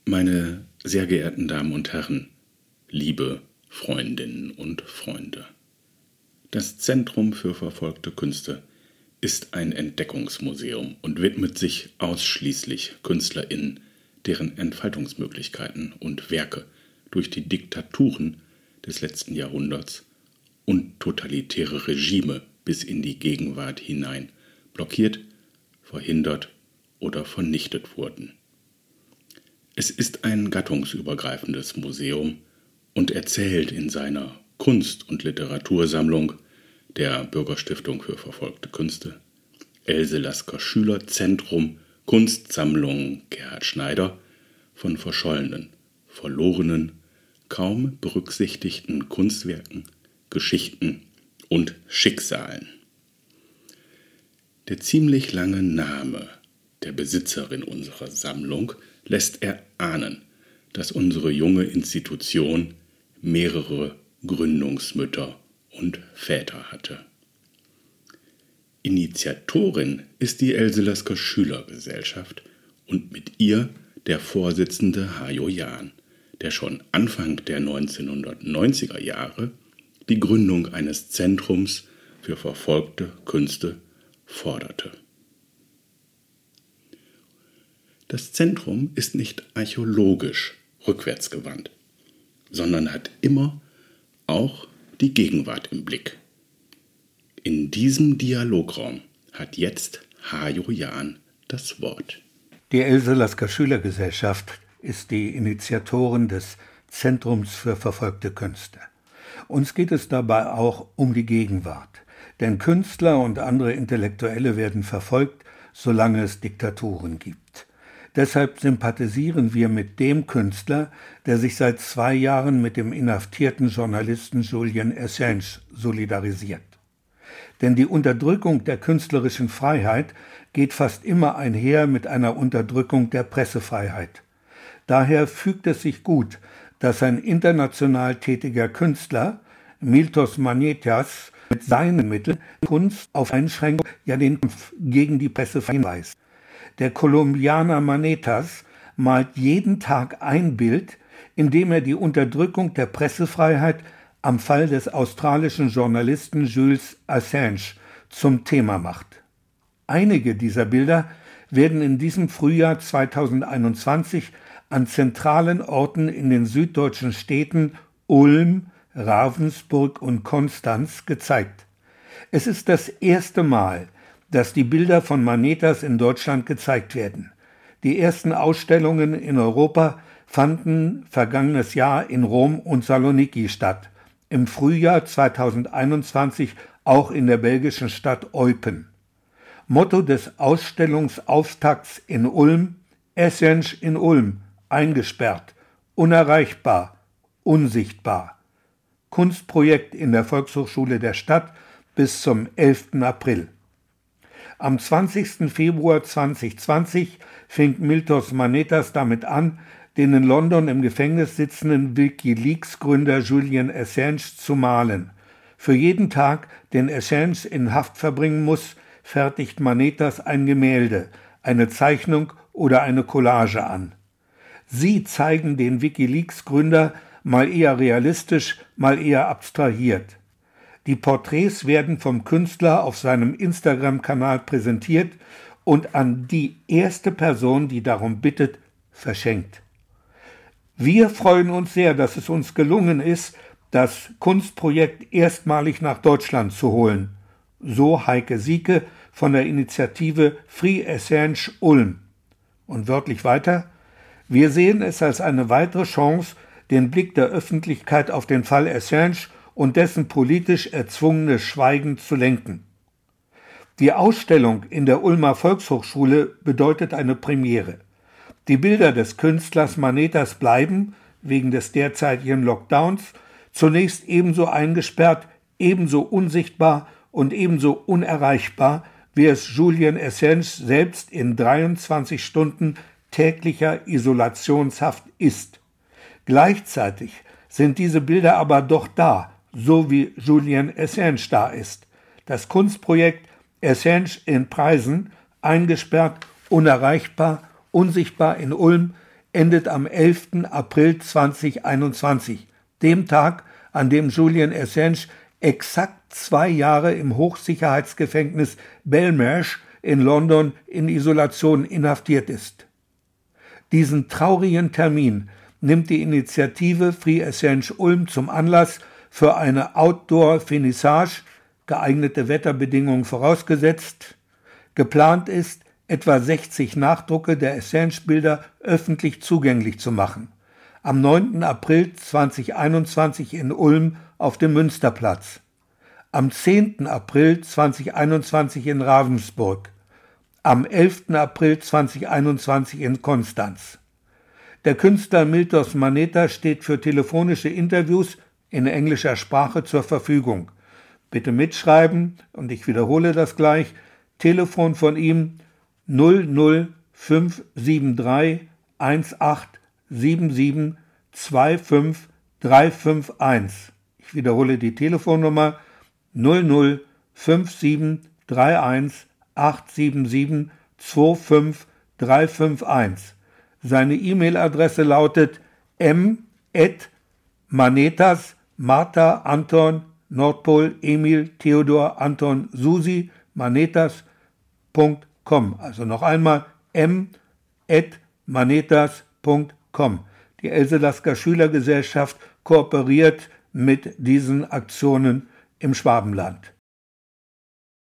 Meine sehr geehrten Damen und Herren, liebe Freundinnen und Freunde, das Zentrum für verfolgte Künste ist ein Entdeckungsmuseum und widmet sich ausschließlich KünstlerInnen, deren Entfaltungsmöglichkeiten und Werke durch die Diktaturen des letzten Jahrhunderts und totalitäre Regime bis in die Gegenwart hinein blockiert, verhindert oder vernichtet wurden. Es ist ein gattungsübergreifendes Museum und erzählt in seiner Kunst- und Literatursammlung der Bürgerstiftung für verfolgte Künste, Else Lasker Schülerzentrum Kunstsammlung Gerhard Schneider von verschollenen, verlorenen, kaum berücksichtigten Kunstwerken, Geschichten und Schicksalen. Der ziemlich lange Name der Besitzerin unserer Sammlung lässt erahnen, dass unsere junge Institution mehrere Gründungsmütter und Väter hatte. Initiatorin ist die Else Lasker Schülergesellschaft und mit ihr der Vorsitzende Hajo Jahn, der schon Anfang der 1990er Jahre die Gründung eines Zentrums für verfolgte Künste forderte. Das Zentrum ist nicht archäologisch rückwärtsgewandt, sondern hat immer auch die Gegenwart im Blick. In diesem Dialograum hat jetzt Hajo Jahn das Wort. Die Else Lasker Schülergesellschaft ist die Initiatorin des Zentrums für verfolgte Künste. Uns geht es dabei auch um die Gegenwart, denn Künstler und andere Intellektuelle werden verfolgt, solange es Diktaturen gibt. Deshalb sympathisieren wir mit dem Künstler, der sich seit 2 Jahren mit dem inhaftierten Journalisten Julian Assange solidarisiert. Denn die Unterdrückung der künstlerischen Freiheit geht fast immer einher mit einer Unterdrückung der Pressefreiheit. Daher fügt es sich gut, dass ein international tätiger Künstler, Miltos Manetas, mit seinen Mitteln Kunst auf Einschränkung, ja den Kampf gegen die Presse hinweist. Der Kolumbianer Manetas malt jeden Tag ein Bild, in dem er die Unterdrückung der Pressefreiheit am Fall des australischen Journalisten Jules Assange zum Thema macht. Einige dieser Bilder werden in diesem Frühjahr 2021 an zentralen Orten in den süddeutschen Städten Ulm, Ravensburg und Konstanz gezeigt. Es ist das erste Mal, dass die Bilder von Manetas in Deutschland gezeigt werden. Die ersten Ausstellungen in Europa fanden vergangenes Jahr in Rom und Saloniki statt, im Frühjahr 2021 auch in der belgischen Stadt Eupen. Motto des Ausstellungsauftakts in Ulm: Assange in Ulm, eingesperrt, unerreichbar, unsichtbar. Kunstprojekt in der Volkshochschule der Stadt bis zum 11. April. Am 20. Februar 2020 fing Miltos Manetas damit an, den in London im Gefängnis sitzenden WikiLeaks-Gründer Julian Assange zu malen. Für jeden Tag, den Assange in Haft verbringen muss, fertigt Manetas ein Gemälde, eine Zeichnung oder eine Collage an. Sie zeigen den WikiLeaks-Gründer mal eher realistisch, mal eher abstrahiert. Die Porträts werden vom Künstler auf seinem Instagram-Kanal präsentiert und an die erste Person, die darum bittet, verschenkt. Wir freuen uns sehr, dass es uns gelungen ist, das Kunstprojekt erstmalig nach Deutschland zu holen. So Heike Sieke von der Initiative Free Assange Ulm. Und wörtlich weiter: Wir sehen es als eine weitere Chance, den Blick der Öffentlichkeit auf den Fall Assange und dessen politisch erzwungenes Schweigen zu lenken. Die Ausstellung in der Ulmer Volkshochschule bedeutet eine Premiere. Die Bilder des Künstlers Manetas bleiben, wegen des derzeitigen Lockdowns, zunächst ebenso eingesperrt, ebenso unsichtbar und ebenso unerreichbar, wie es Julian Assange selbst in 23 Stunden täglicher Isolationshaft ist. Gleichzeitig sind diese Bilder aber doch da, so wie Julian Assange da ist. Das Kunstprojekt Assange in Preisen, eingesperrt, unerreichbar, unsichtbar in Ulm, endet am 11. April 2021, dem Tag, an dem Julian Assange exakt 2 Jahre im Hochsicherheitsgefängnis Belmarsh in London in Isolation inhaftiert ist. Diesen traurigen Termin nimmt die Initiative Free Assange Ulm zum Anlass für eine Outdoor-Finissage, geeignete Wetterbedingungen vorausgesetzt. Geplant ist, etwa 60 Nachdrucke der Assange-Bilder öffentlich zugänglich zu machen. Am 9. April 2021 in Ulm auf dem Münsterplatz. Am 10. April 2021 in Ravensburg. Am 11. April 2021 in Konstanz. Der Künstler Miltos Maneta steht für telefonische Interviews in englischer Sprache zur Verfügung. Bitte mitschreiben, und ich wiederhole das gleich. Telefon von ihm 00573 1877 25 351. Ich wiederhole die Telefonnummer 00573 1877 25 351. Seine E-Mail-Adresse lautet m@manetas Martha Anton Nordpol Emil Theodor Anton Susi manetas.com. Also noch einmal m@manetas.com. Die Else Lasker Schülergesellschaft kooperiert mit diesen Aktionen im Schwabenland.